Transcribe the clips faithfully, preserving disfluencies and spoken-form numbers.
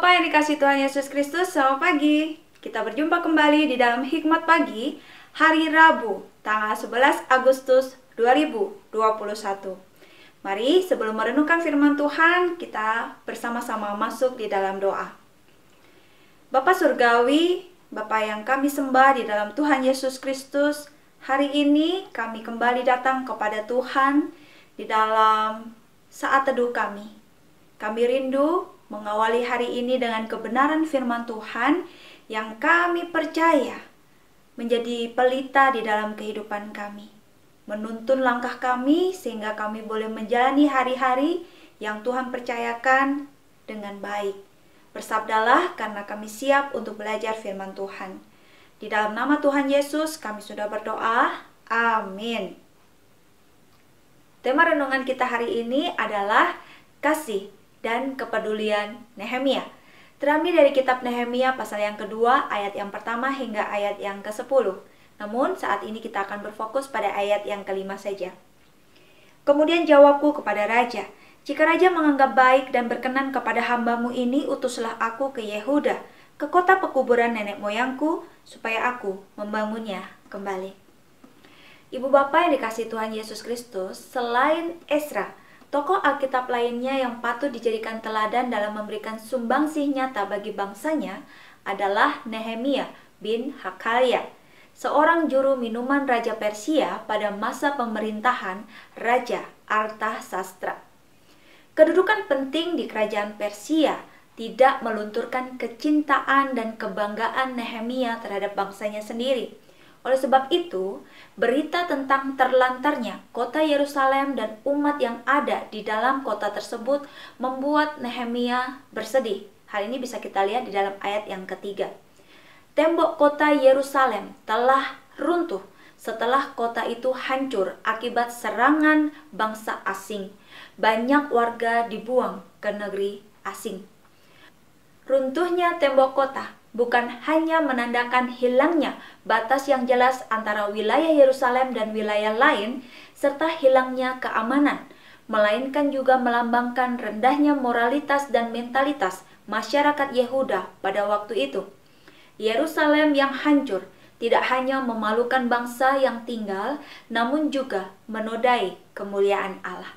Bapak yang dikasihi Tuhan Yesus Kristus, selamat pagi. Kita berjumpa kembali di dalam Hikmat Pagi, hari Rabu, tanggal sebelas Agustus dua ribu dua puluh satu. Mari sebelum merenungkan firman Tuhan, kita bersama-sama masuk di dalam doa. Bapa Surgawi, Bapa yang kami sembah di dalam Tuhan Yesus Kristus, hari ini kami kembali datang kepada Tuhan di dalam saat teduh kami. Kami rindu mengawali hari ini dengan kebenaran firman Tuhan yang kami percaya menjadi pelita di dalam kehidupan kami, menuntun langkah kami sehingga kami boleh menjalani hari-hari yang Tuhan percayakan dengan baik. Bersabdalah karena kami siap untuk belajar firman Tuhan. Di dalam nama Tuhan Yesus kami sudah berdoa. Amin. Tema renungan kita hari ini adalah kasih dan kepedulian Nehemia. Terambil dari kitab Nehemia pasal yang kedua, ayat yang pertama hingga ayat yang kesepuluh. Namun saat ini kita akan berfokus pada ayat yang kelima saja. Kemudian jawabku kepada raja, jika raja menganggap baik dan berkenan kepada hambamu ini, utuslah aku ke Yehuda, ke kota pekuburan nenek moyangku, supaya aku membangunnya kembali. Ibu bapak yang dikasihi Tuhan Yesus Kristus, selain Esra, tokoh Alkitab lainnya yang patut dijadikan teladan dalam memberikan sumbangsih nyata bagi bangsanya adalah Nehemia bin Hakalia, seorang juru minuman Raja Persia pada masa pemerintahan Raja Artasastra. Kedudukan penting di kerajaan Persia tidak melunturkan kecintaan dan kebanggaan Nehemia terhadap bangsanya sendiri. Oleh sebab itu, berita tentang terlantarnya kota Yerusalem dan umat yang ada di dalam kota tersebut membuat Nehemia bersedih. Hal ini bisa kita lihat di dalam ayat yang ketiga. Tembok kota Yerusalem telah runtuh setelah kota itu hancur akibat serangan bangsa asing. Banyak warga dibuang ke negeri asing. Runtuhnya tembok kota bukan hanya menandakan hilangnya batas yang jelas antara wilayah Yerusalem dan wilayah lain, serta hilangnya keamanan, melainkan juga melambangkan rendahnya moralitas dan mentalitas masyarakat Yehuda pada waktu itu. Yerusalem yang hancur tidak hanya memalukan bangsa yang tinggal, namun juga menodai kemuliaan Allah.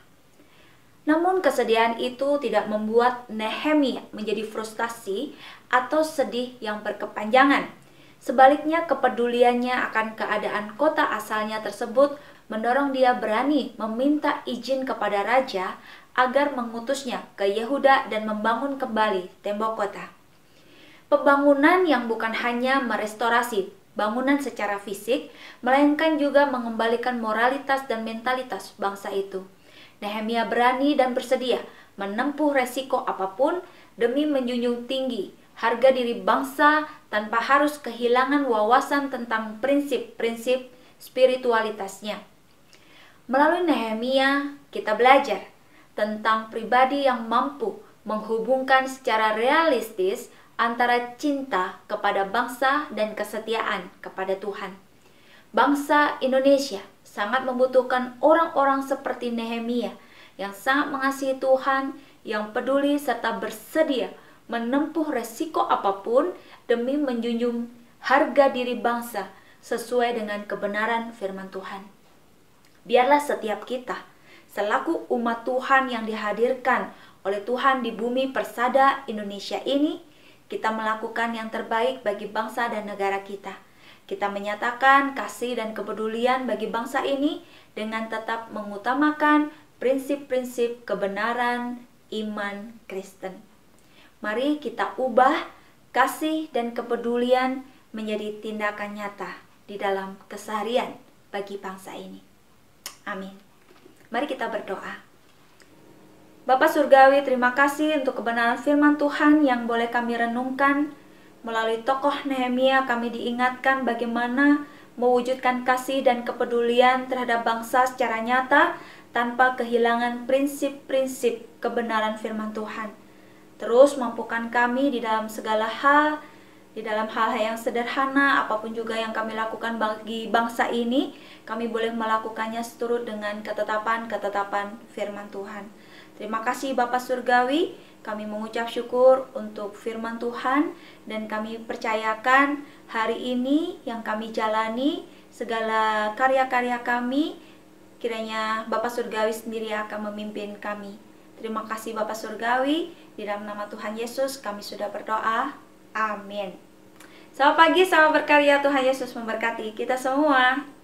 Namun kesedihan itu tidak membuat Nehemia menjadi frustasi atau sedih yang berkepanjangan. Sebaliknya, kepeduliannya akan keadaan kota asalnya tersebut mendorong dia berani meminta izin kepada raja agar mengutusnya ke Yehuda dan membangun kembali tembok kota. Pembangunan yang bukan hanya merestorasi bangunan secara fisik, melainkan juga mengembalikan moralitas dan mentalitas bangsa itu. Nehemia berani dan bersedia menempuh resiko apapun demi menjunjung tinggi harga diri bangsa tanpa harus kehilangan wawasan tentang prinsip-prinsip spiritualitasnya. Melalui Nehemia, kita belajar tentang pribadi yang mampu menghubungkan secara realistis antara cinta kepada bangsa dan kesetiaan kepada Tuhan. Bangsa Indonesia sangat membutuhkan orang-orang seperti Nehemia yang sangat mengasihi Tuhan, yang peduli serta bersedia menempuh resiko apapun demi menjunjung harga diri bangsa sesuai dengan kebenaran firman Tuhan. Biarlah setiap kita selaku umat Tuhan yang dihadirkan oleh Tuhan di bumi persada Indonesia ini, kita melakukan yang terbaik bagi bangsa dan negara kita. Kita menyatakan kasih dan kepedulian bagi bangsa ini dengan tetap mengutamakan prinsip-prinsip kebenaran iman Kristen. Mari kita ubah kasih dan kepedulian menjadi tindakan nyata di dalam keseharian bagi bangsa ini. Amin. Mari kita berdoa. Bapa Surgawi, terima kasih untuk kebenaran firman Tuhan yang boleh kami renungkan. Melalui tokoh Nehemia kami diingatkan bagaimana mewujudkan kasih dan kepedulian terhadap bangsa secara nyata tanpa kehilangan prinsip-prinsip kebenaran firman Tuhan. Terus mampukan kami di dalam segala hal, di dalam hal-hal yang sederhana, apapun juga yang kami lakukan bagi bangsa ini, kami boleh melakukannya seturut dengan ketetapan-ketetapan firman Tuhan. Terima kasih Bapak Surgawi, kami mengucap syukur untuk firman Tuhan dan kami percayakan hari ini yang kami jalani, segala karya-karya kami, kiranya Bapak Surgawi sendiri akan memimpin kami. Terima kasih Bapak Surgawi, di dalam nama Tuhan Yesus kami sudah berdoa. Amin. Selamat pagi, selamat berkarya, Tuhan Yesus memberkati kita semua.